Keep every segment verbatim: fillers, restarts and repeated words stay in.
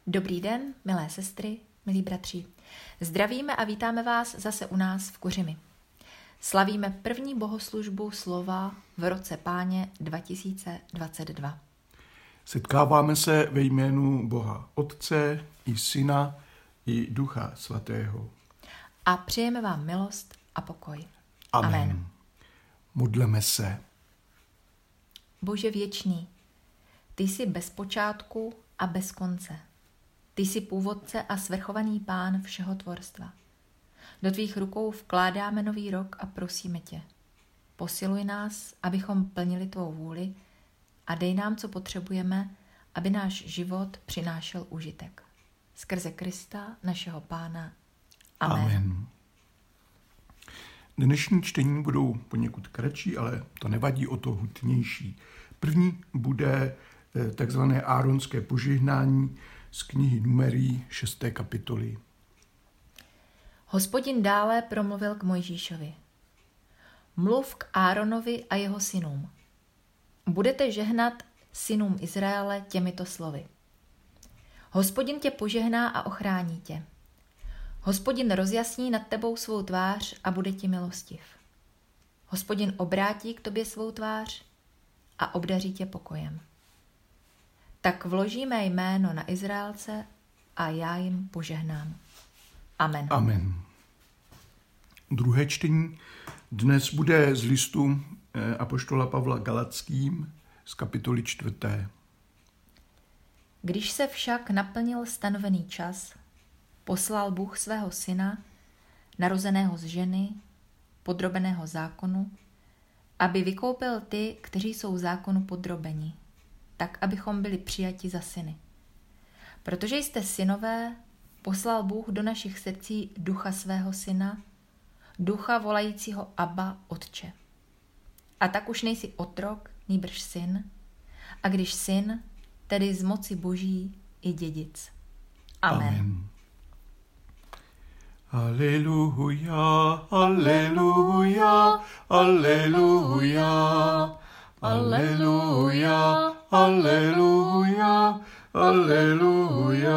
Dobrý den, milé sestry, milí bratři. Zdravíme a vítáme vás zase u nás v Kuřimi. Slavíme první bohoslužbu slova v roce Páně dva tisíce dvacet dva. Setkáváme se ve jménu Boha Otce i Syna i Ducha Svatého. A přejeme vám milost a pokoj. Amen. Amen. Modleme se. Bože věčný, ty jsi bez počátku a bez konce. Ty jsi původce a svrchovaný Pán všeho tvorstva. Do tvých rukou vkládáme nový rok a prosíme tě. Posiluj nás, abychom plnili tvou vůli a dej nám, co potřebujeme, aby náš život přinášel užitek. Skrze Krista, našeho Pána. Amen. Amen. Dnešní čtení budou poněkud kratší, ale to nevadí, o to hutnější. První bude takzvané áronské požehnání z knihy Numerí šesté kapitoly. Hospodin dále promluvil k Mojžíšovi. Mluv k Áronovi a jeho synům. Budete žehnat synům Izraele těmito slovy. Hospodin tě požehná a ochrání tě. Hospodin rozjasní nad tebou svou tvář a bude ti milostiv. Hospodin obrátí k tobě svou tvář a obdaří tě pokojem. Tak vloží mé jméno na Izraelce a já jim požehnám. Amen. Amen. Druhé čtení dnes bude z listu apoštola Pavla Galackým z kapitoly čtvrté. Když se však naplnil stanovený čas, poslal Bůh svého syna, narozeného z ženy, podrobeného zákonu, aby vykoupil ty, kteří jsou zákonu podrobeni, tak abychom byli přijati za syny. Protože jste synové, poslal Bůh do našich srdcí ducha svého syna, ducha volajícího Abba, Otče. A tak už nejsi otrok, nýbrž syn, a když syn, tedy z moci Boží i dědic. Amen. Amen. Aleluja, aleluja, aleluja, aleluja, aleluja, aleluja.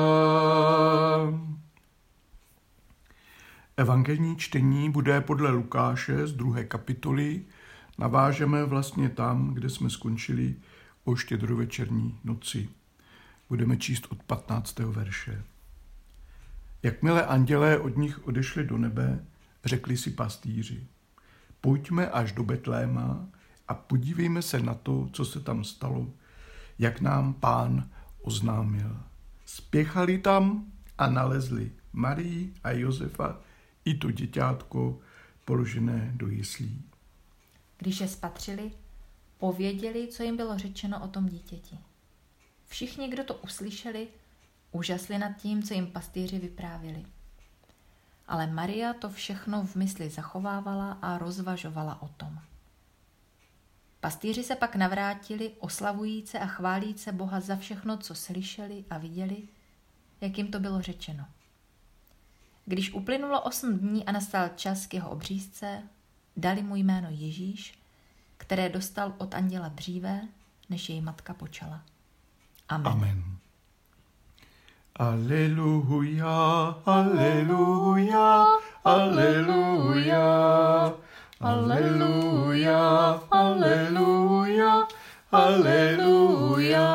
Evangelní čtení bude podle Lukáše z druhé kapitoly. Navážeme vlastně tam, kde jsme skončili o štědrovečerní noci. Budeme číst od patnáctého verše. Jakmile andělé od nich odešli do nebe, řekli si pastýři: Pojďme až do Betléma a podívejme se na to, co se tam stalo, jak nám Pán oznámil. Spěchali tam a nalezli Marii a Josefa i to děťátko položené do jeslí. Když je spatřili, pověděli, co jim bylo řečeno o tom dítěti. Všichni, kdo to uslyšeli, úžasli nad tím, co jim pastýři vyprávěli. Ale Maria to všechno v mysli zachovávala a rozvažovala o tom. Pastýři se pak navrátili, oslavujíce a chválíce Boha za všechno, co slyšeli a viděli, jak jim to bylo řečeno. Když uplynulo osm dní a nastal čas k jeho obřízce, dali mu jméno Ježíš, které dostal od anděla dříve, než jej matka počala. Amen. Amen. Aleluja, aleluja, aleluja, aleluja, aleluja, aleluja.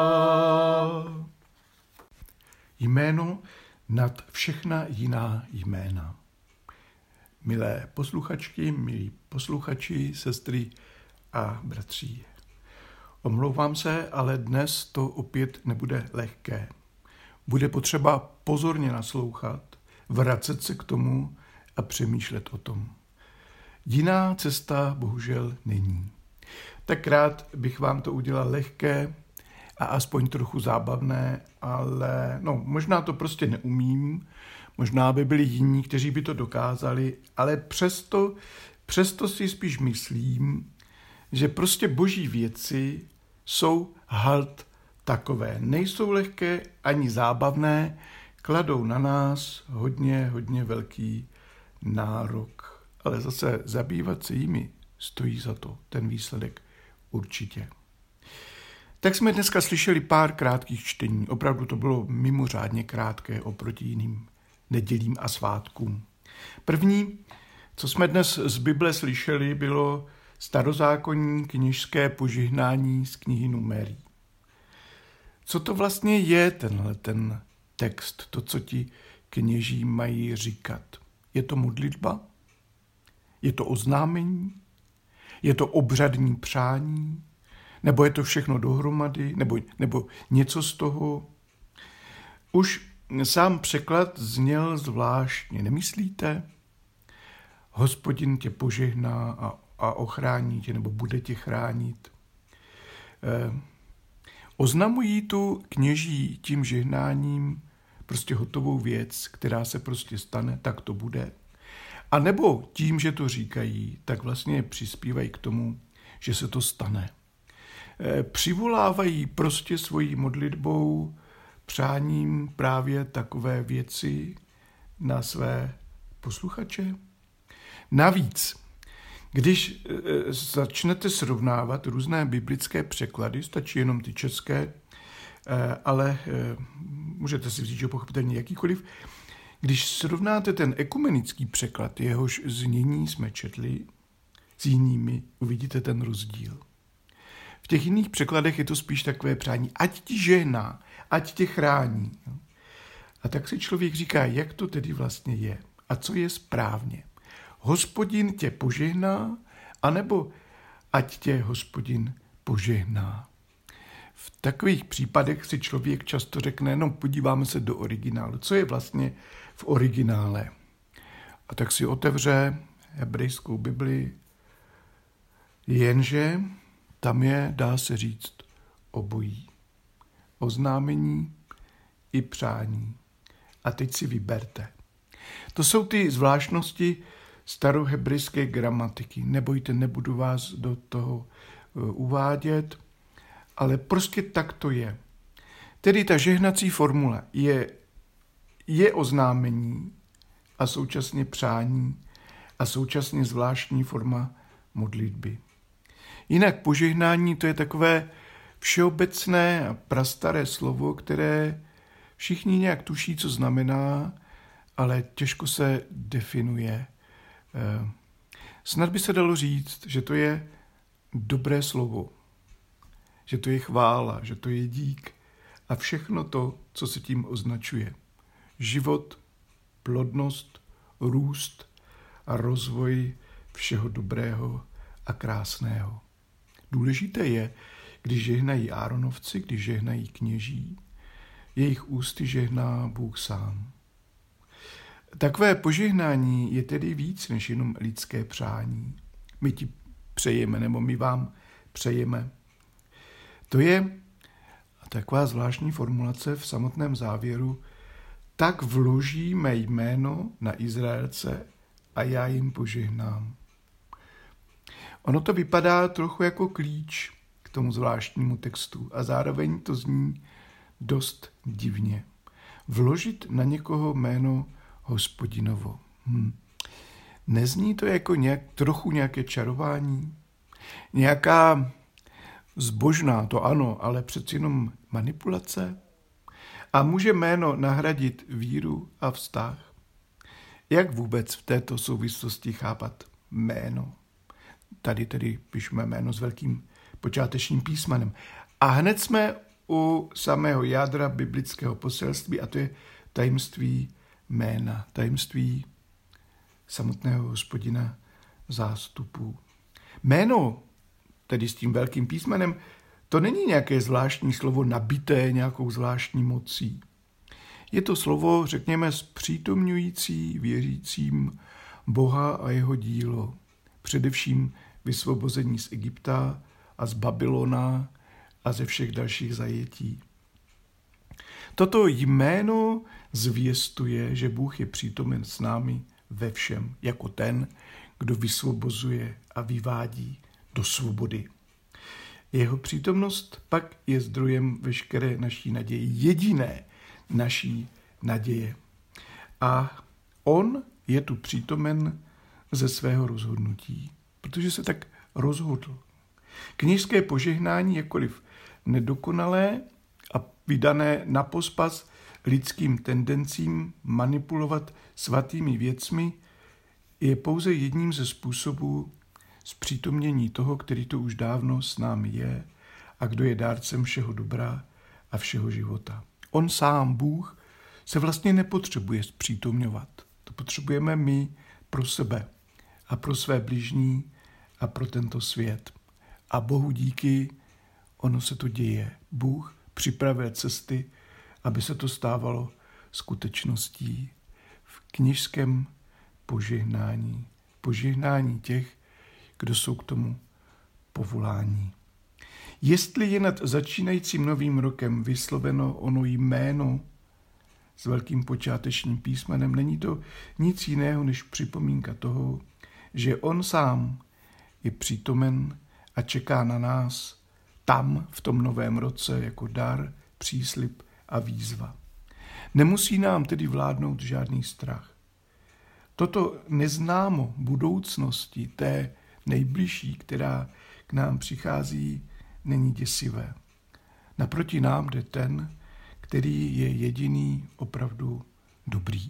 Jméno nad všechna jiná jména. Milé posluchačky, milí posluchači, sestry a bratři. Omlouvám se, ale dnes to opět nebude lehké. Bude potřeba pozorně naslouchat, vracet se k tomu a přemýšlet o tom. Jiná cesta bohužel není. Tak rád bych vám to udělal lehké a aspoň trochu zábavné, ale no, možná to prostě neumím, možná by byli jiní, kteří by to dokázali, ale přesto, přesto si spíš myslím, že prostě boží věci jsou halt takové. Nejsou lehké ani zábavné, kladou na nás hodně, hodně velký nárok. Ale zase zabývat se jimi stojí za to, ten výsledek určitě. Tak jsme dneska slyšeli pár krátkých čtení. Opravdu to bylo mimořádně krátké oproti jiným nedělím a svátkům. První, co jsme dnes z Bible slyšeli, bylo starozákonní kněžské požehnání z knihy Numerí. Co to vlastně je tenhle ten text, to, co ti kněží mají říkat? Je to modlitba? Je to oznámení? Je to obřadní přání? Nebo je to všechno dohromady? Nebo, nebo něco z toho? Už sám překlad zněl zvláštně, nemyslíte? Hospodin tě požehná a, a ochrání tě, nebo bude tě chránit. Eh, oznamují tu kněží tím žehnáním prostě hotovou věc, která se prostě stane, tak to bude. A nebo tím, že to říkají, tak vlastně přispívají k tomu, že se to stane. Eh, přivolávají prostě svojí modlitbou, přáním právě takové věci na své posluchače. Navíc, když e, začnete srovnávat různé biblické překlady, stačí jenom ty české, e, ale e, můžete si vzít, že pochopitelně jakýkoliv, když srovnáte ten ekumenický překlad, jehož znění jsme četli, s jinými, uvidíte ten rozdíl. V těch jiných překladech je to spíš takové přání, ať ti žehná, ať tě chrání. A tak si člověk říká, jak to tedy vlastně je a co je správně. Hospodin tě požehná, anebo ať tě Hospodin požehná. V takových případech si člověk často řekne, no podíváme se do originálu. Co je vlastně v originále? A tak si otevře hebrejskou Bibli, jenže tam je, dá se říct, obojí. Oznámení i přání. A teď si vyberte. To jsou ty zvláštnosti starohebrejské gramatiky. Nebojte, nebudu vás do toho uvádět, ale prostě tak to je. Tedy ta žehnací formule je, je oznámení a současně přání a současně zvláštní forma modlitby. Jinak požehnání to je takové všeobecné a prastaré slovo, které všichni nějak tuší, co znamená, ale těžko se definuje. Snad by se dalo říct, že to je dobré slovo, že to je chvála, že to je dík a všechno to, co se tím označuje. Život, plodnost, růst a rozvoj všeho dobrého a krásného. Důležité je, když žehnají Áronovci, když žehnají kněží, jejich ústy žehná Bůh sám. Takové požehnání je tedy víc než jenom lidské přání. My ti přejeme, nebo my vám přejeme. To je taková zvláštní formulace v samotném závěru. Tak vloží mé jméno na Izraelce a já jim požehnám. Ono to vypadá trochu jako klíč k tomu zvláštnímu textu a zároveň to zní dost divně. Vložit na někoho jméno Hospodinovo. Hm. Nezní to jako nějak, trochu nějaké čarování? Nějaká zbožná, to ano, ale přeci jenom manipulace? A může jméno nahradit víru a vztah? Jak vůbec v této souvislosti chápat jméno? Tady tedy píšeme jméno s velkým počátečním písmenem. A hned jsme u samého jádra biblického poselství a to je tajemství jména, tajemství samotného Hospodina zástupů. Jméno, tedy s tím velkým písmenem, to není nějaké zvláštní slovo nabité nějakou zvláštní mocí. Je to slovo, řekněme, zpřítomňující věřícím Boha a jeho dílo. Především vysvobození z Egypta a z Babylona a ze všech dalších zajetí. Toto jméno zvěstuje, že Bůh je přítomen s námi ve všem, jako ten, kdo vysvobozuje a vyvádí do svobody. Jeho přítomnost pak je zdrojem veškeré naší naděje, jediné naší naděje. A on je tu přítomen ze svého rozhodnutí, protože se tak rozhodl. Kněžské požehnání, jakkoliv nedokonalé a vydané na pospas lidským tendencím manipulovat svatými věcmi je pouze jedním ze způsobů zpřítomnění toho, který to už dávno s námi je a kdo je dárcem všeho dobra a všeho života. On sám, Bůh, se vlastně nepotřebuje zpřítomňovat. To potřebujeme my pro sebe a pro své bližní a pro tento svět. A Bohu díky, ono se to děje. Bůh připravuje cesty, aby se to stávalo skutečností v kněžském požehnání. Požehnání těch, kdo jsou k tomu povolání. Jestli je nad začínajícím novým rokem vysloveno ono jméno s velkým počátečním písmenem, není to nic jiného než připomínka toho, že on sám je přítomen a čeká na nás tam v tom novém roce jako dar, příslib a výzva. Nemusí nám tedy vládnout žádný strach. Toto neznámo budoucnosti, té nejbližší, která k nám přichází, není děsivé. Naproti nám jde ten, který je jediný opravdu dobrý.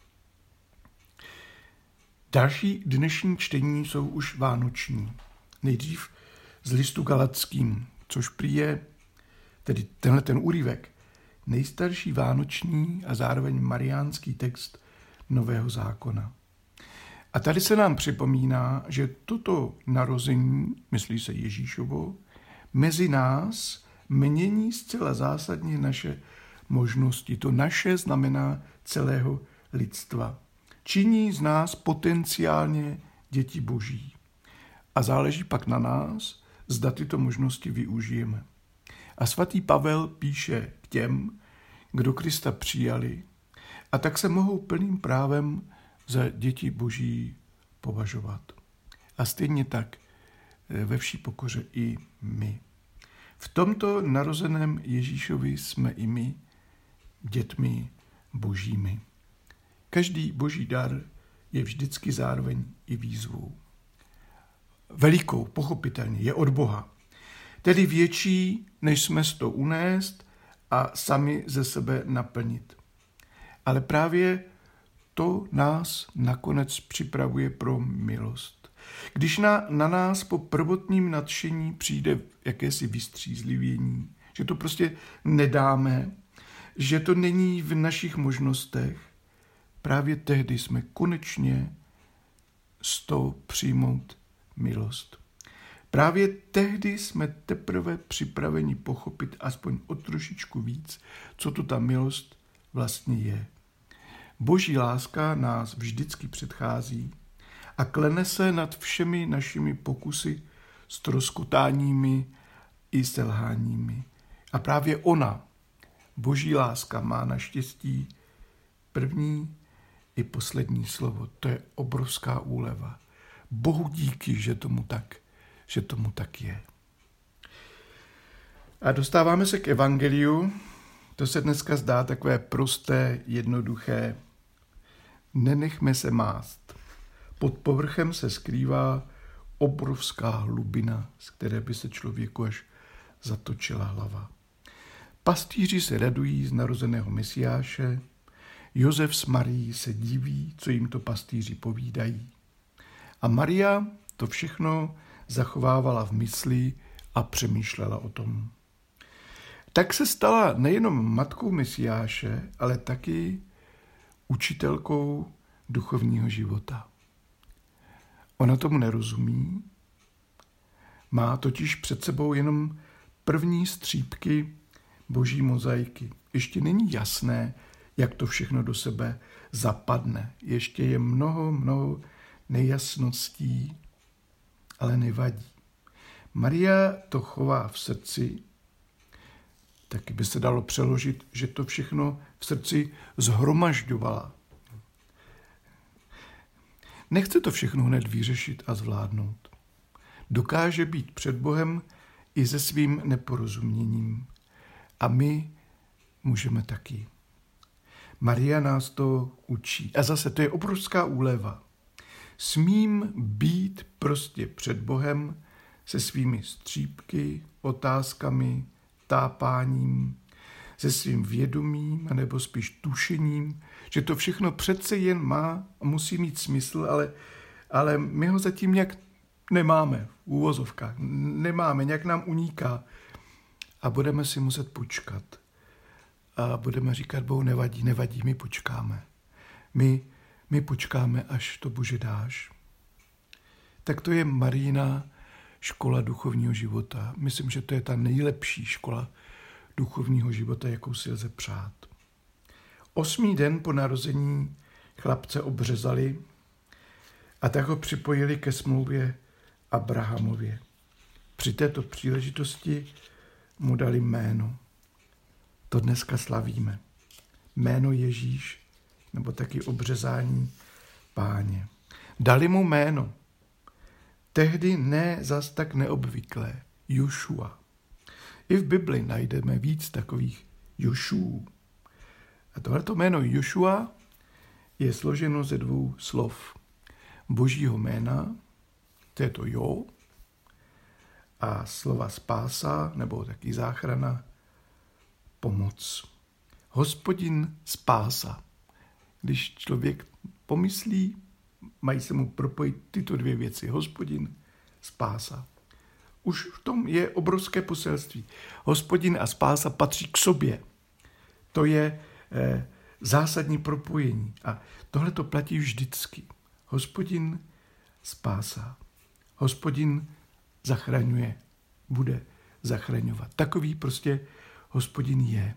Další dnešní čtení jsou už vánoční. Nejdřív z listu Galatským, což prý je, tedy tenhle ten úryvek, nejstarší vánoční a zároveň mariánský text Nového zákona. A tady se nám připomíná, že toto narození, myslí se Ježíšovo, mezi nás mění zcela zásadně naše možnosti. To naše znamená celého lidstva. Činí z nás potenciálně děti Boží. A záleží pak na nás, zda tyto možnosti využijeme. A svatý Pavel píše k těm, kdo Krista přijali, a tak se mohou plným právem za děti Boží považovat. A stejně tak ve vší pokoře i my. V tomto narozeném Ježíšovi jsme i my dětmi Božími. Každý Boží dar je vždycky zároveň i výzvou. Velikou, pochopitelně, je od Boha. Tedy větší, než jsme s to unést a sami ze sebe naplnit. Ale právě to nás nakonec připravuje pro milost. Když na, na nás po prvotním nadšení přijde jakési vystřízlivění, že to prostě nedáme, že to není v našich možnostech, právě tehdy jsme konečně z toho přijmout milost. Právě tehdy jsme teprve připraveni pochopit aspoň o trošičku víc, co to ta milost vlastně je. Boží láska nás vždycky předchází a klene se nad všemi našimi pokusy, ztroskotáními i selháními. A právě ona, Boží láska, má naštěstí první i poslední slovo. To je obrovská úleva. Bohu díky, že tomu tak, že tomu tak je. A dostáváme se k evangeliu. To se dneska zdá takové prosté, jednoduché. Nenechme se mást. Pod povrchem se skrývá obrovská hlubina, z které by se člověku až zatočila hlava. Pastýři se radují z narozeného Mesiáše, Josef s Marií se diví, co jim to pastýři povídají. A Maria to všechno zachovávala v mysli a přemýšlela o tom. Tak se stala nejenom matkou Mesiáše, ale taky učitelkou duchovního života. Ona tomu nerozumí, má totiž před sebou jenom první střípky Boží mozaiky. Ještě není jasné, jak to všechno do sebe zapadne. Ještě je mnoho, mnoho nejasností, ale nevadí. Maria to chová v srdci, taky by se dalo přeložit, že to všechno v srdci zhromažďovala. Nechce to všechno hned vyřešit a zvládnout. Dokáže být před Bohem i se svým neporozuměním. A my můžeme taky. Maria nás to učí. A zase to je obrovská úleva. Smím být prostě před Bohem se svými střípky, otázkami tápáním, se svým vědomím, nebo spíš tušením, že to všechno přece jen má a musí mít smysl, ale, ale my ho zatím nějak nemáme v úvozovkách. Nemáme, nějak nám uniká. A budeme si muset počkat. A budeme říkat, Bohu, nevadí, nevadí, my počkáme. My, my počkáme, až to Bože dáš. Tak to je Marijina škola duchovního života. Myslím, že to je ta nejlepší škola duchovního života, jakou si lze přát. Osmý den po narození chlapce obřezali a tak ho připojili ke smlouvě Abrahamově. Při této příležitosti mu dali jméno. To dneska slavíme. Jméno Ježíš, nebo taky obřezání Páně. Dali mu jméno. Tehdy ne zas tak neobvyklé. Jošua. I v Bibli najdeme víc takových Jošů. A tohleto jméno Jošua je složeno ze dvou slov. Božího jména, to je to Jo, a slova spása, nebo taky záchrana, pomoc. Hospodin spása. Když člověk pomyslí, mají se mu propojit tyto dvě věci. Hospodin spása. Už v tom je obrovské poselství. Hospodin a spása patří k sobě. To je eh, zásadní propojení. A tohle to platí vždycky. Hospodin spása. Hospodin zachraňuje. Bude zachraňovat. Takový prostě Hospodin je.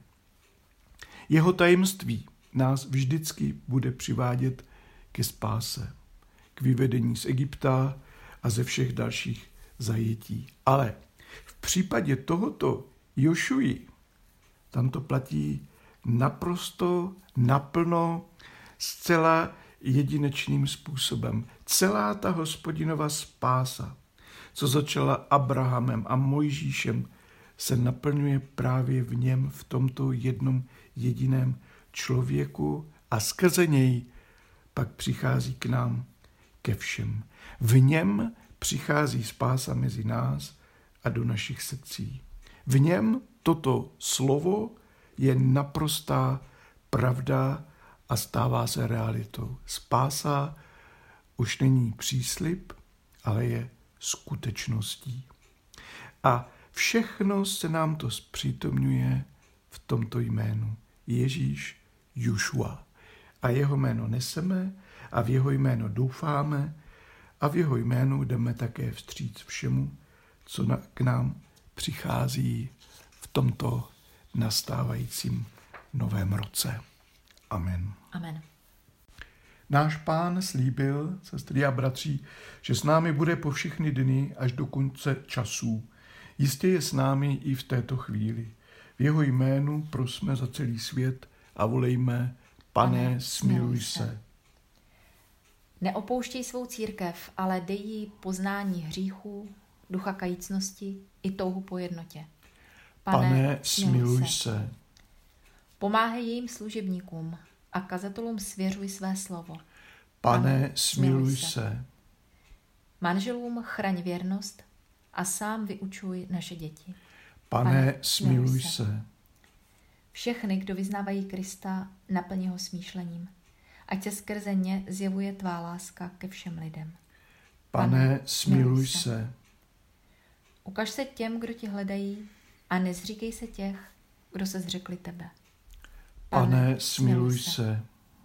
Jeho tajemství nás vždycky bude přivádět ke spáse, k vyvedení z Egypta a ze všech dalších zajetí. Ale v případě tohoto Jošuji, tam to platí naprosto, naplno, zcela jedinečným způsobem. Celá ta Hospodinova spása, co začala Abrahamem a Mojžíšem, se naplňuje právě v něm, v tomto jednom jediném člověku a skrze něj pak přichází k nám ke všem. V něm přichází spása mezi nás a do našich srdcí. V něm toto slovo je naprostá pravda a stává se realitou. Spása už není příslib, ale je skutečností. A všechno se nám to zpřítomňuje v tomto jménu. Ježíš Jošua. A jeho jméno neseme a v jeho jméno doufáme a v jeho jménu jdeme také vstříc všemu, co na, k nám přichází v tomto nastávajícím novém roce. Amen. Amen. Náš Pán slíbil, sestry a bratři, že s námi bude po všechny dny až do konce časů. Jistě je s námi i v této chvíli. V jeho jménu prosme za celý svět a volejme, Pane, smiluj se. Neopouštěj svou církev, ale dej jí poznání hříchů, ducha kajícnosti i touhu po jednotě. Pane, Pane smiluj se. se. Pomáhej jejím služebníkům a kazatelům svěřuj své slovo. Pane, Pane smiluj se. se. Manželům chraň věrnost a sám vyučuj naše děti. Pane, Pane smiluj se. se. Všechny, kdo vyznávají Krista, naplň ho smýšlením. Ať se skrze ně zjevuje tvá láska ke všem lidem. Pane, Pane smiluj se. se. Ukaž se těm, kdo tě hledají, a nezříkej se těch, kdo se zřekli tebe. Pane, Pane smiluj se. se.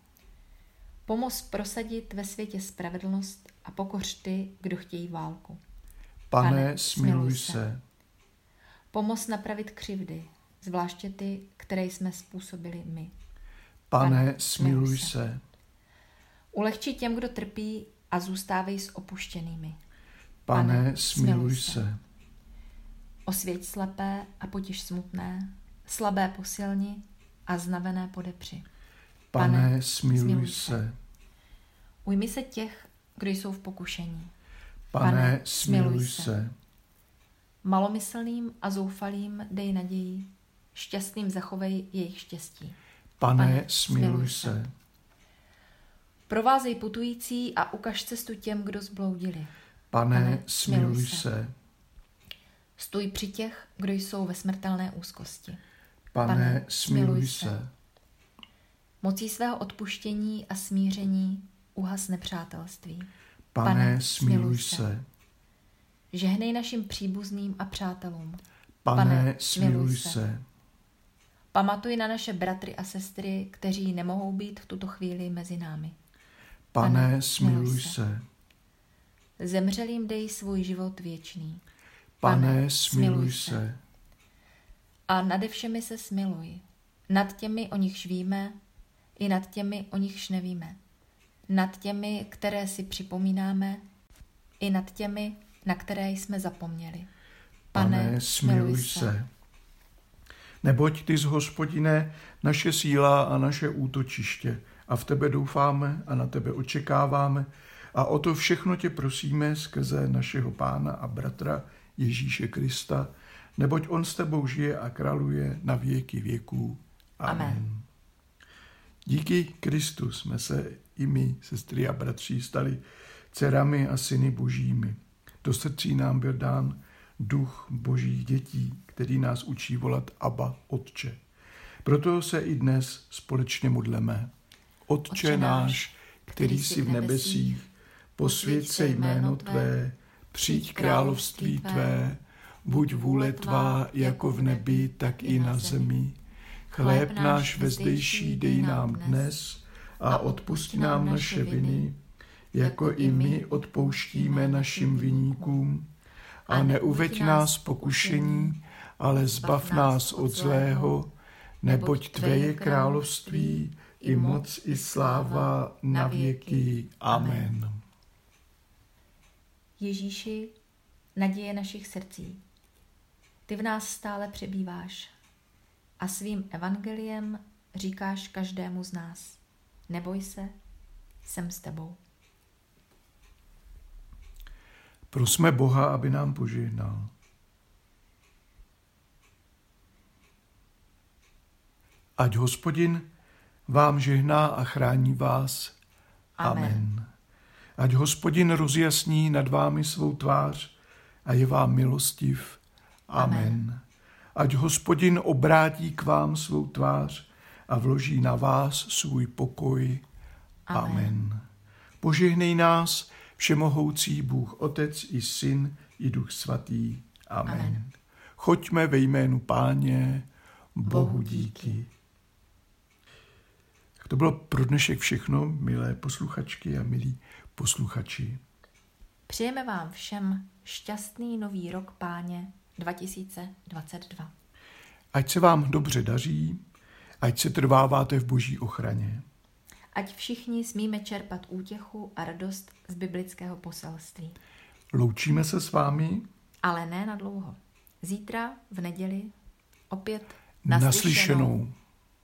Pomoz prosadit ve světě spravedlnost a pokoř ty, kdo chtějí válku. Pane, Pane smiluj se. se. Pomoz napravit křivdy, zvláště ty, které jsme způsobili my. Pane, Pane smiluj se. se. Ulehči těm, kdo trpí, a zůstávej s opuštěnými. Pane, Pane smiluj se. se. Osvěť slepé a potěš smutné, slabé posilni a znavené podepři. Pane, Pane smiluj, smiluj se. se. Ujmi se těch, kdo jsou v pokušení. Pane, Pane smiluj se. se. Malomyslným a zoufalým dej naději, šťastným zachovej jejich štěstí. Pane, Pane smiluj se. se. Provázej putující a ukaž cestu těm, kdo zbloudili. Pane, Pane smiluj se. se. Stůj při těch, kdo jsou ve smrtelné úzkosti. Pane, Pane smiluj se. se. Mocí svého odpuštění a smíření uhas nepřátelství. Pane, Pane smiluj se. se. Žehnej našim příbuzným a přátelům. Pane, Pane smiluj se. se. Pamatuj na naše bratry a sestry, kteří nemohou být v tuto chvíli mezi námi. Pane, Pane smiluj se. se. Zemřelým dej svůj život věčný. Pane, Pane smiluj se. se. A nade všemi se smiluj. Nad těmi, o nichž víme, i nad těmi, o nichž nevíme. Nad těmi, které si připomínáme, i nad těmi, na které jsme zapomněli. Pane, Pane smiluj se. se. Neboť ty z Hospodine naše síla a naše útočiště a v tebe doufáme a na tebe očekáváme a o to všechno tě prosíme skrze našeho Pána a bratra Ježíše Krista, neboť on s tebou žije a králuje na věky věků. Amen. Amen. Díky Kristu jsme se i my, sestry a bratři, stali dcerami a syny božími. Do srdcí nám byl dán duch božích dětí, který nás učí volat Abba, Otče. Proto se i dnes společně modleme. Otče, Otče náš, který jsi v nebesích, posvěť se jméno tvé, přijď království tvé, buď vůle tvá jako v nebi, tak i na zemi. Chléb náš vezdejší dej nám dnes a odpusť nám naše viny, jako i my odpouštíme našim viníkům. A neuveď nás pokušení, ale zbav nás od zlého, neboť tvé je království, i moc, i sláva na věky. Amen. Ježíši, naděje našich srdcí, ty v nás stále přebýváš a svým evangeliem říkáš každému z nás: neboj se, jsem s tebou. Prosme Boha, aby nám požehnal. Ať Hospodin vám žehná a chrání vás. Amen. Amen. Ať Hospodin rozjasní nad vámi svou tvář a je vám milostiv. Amen. Amen. Ať Hospodin obrátí k vám svou tvář a vloží na vás svůj pokoj. Amen. Amen. Požehnej nás všemohoucí Bůh Otec i Syn i Duch Svatý. Amen. Amen. Choďme ve jménu Páně, Bohu díky. Tak to bylo pro dnešek všechno, milé posluchačky a milí posluchači. Přejeme vám všem šťastný nový rok Páně dva tisíce dvacet dva. Ať se vám dobře daří, ať se trváváte v boží ochraně. Ať všichni smíme čerpat útěchu a radost z biblického poselství. Loučíme se s vámi, ale ne na dlouho. Zítra v neděli opět naslyšenou. naslyšenou.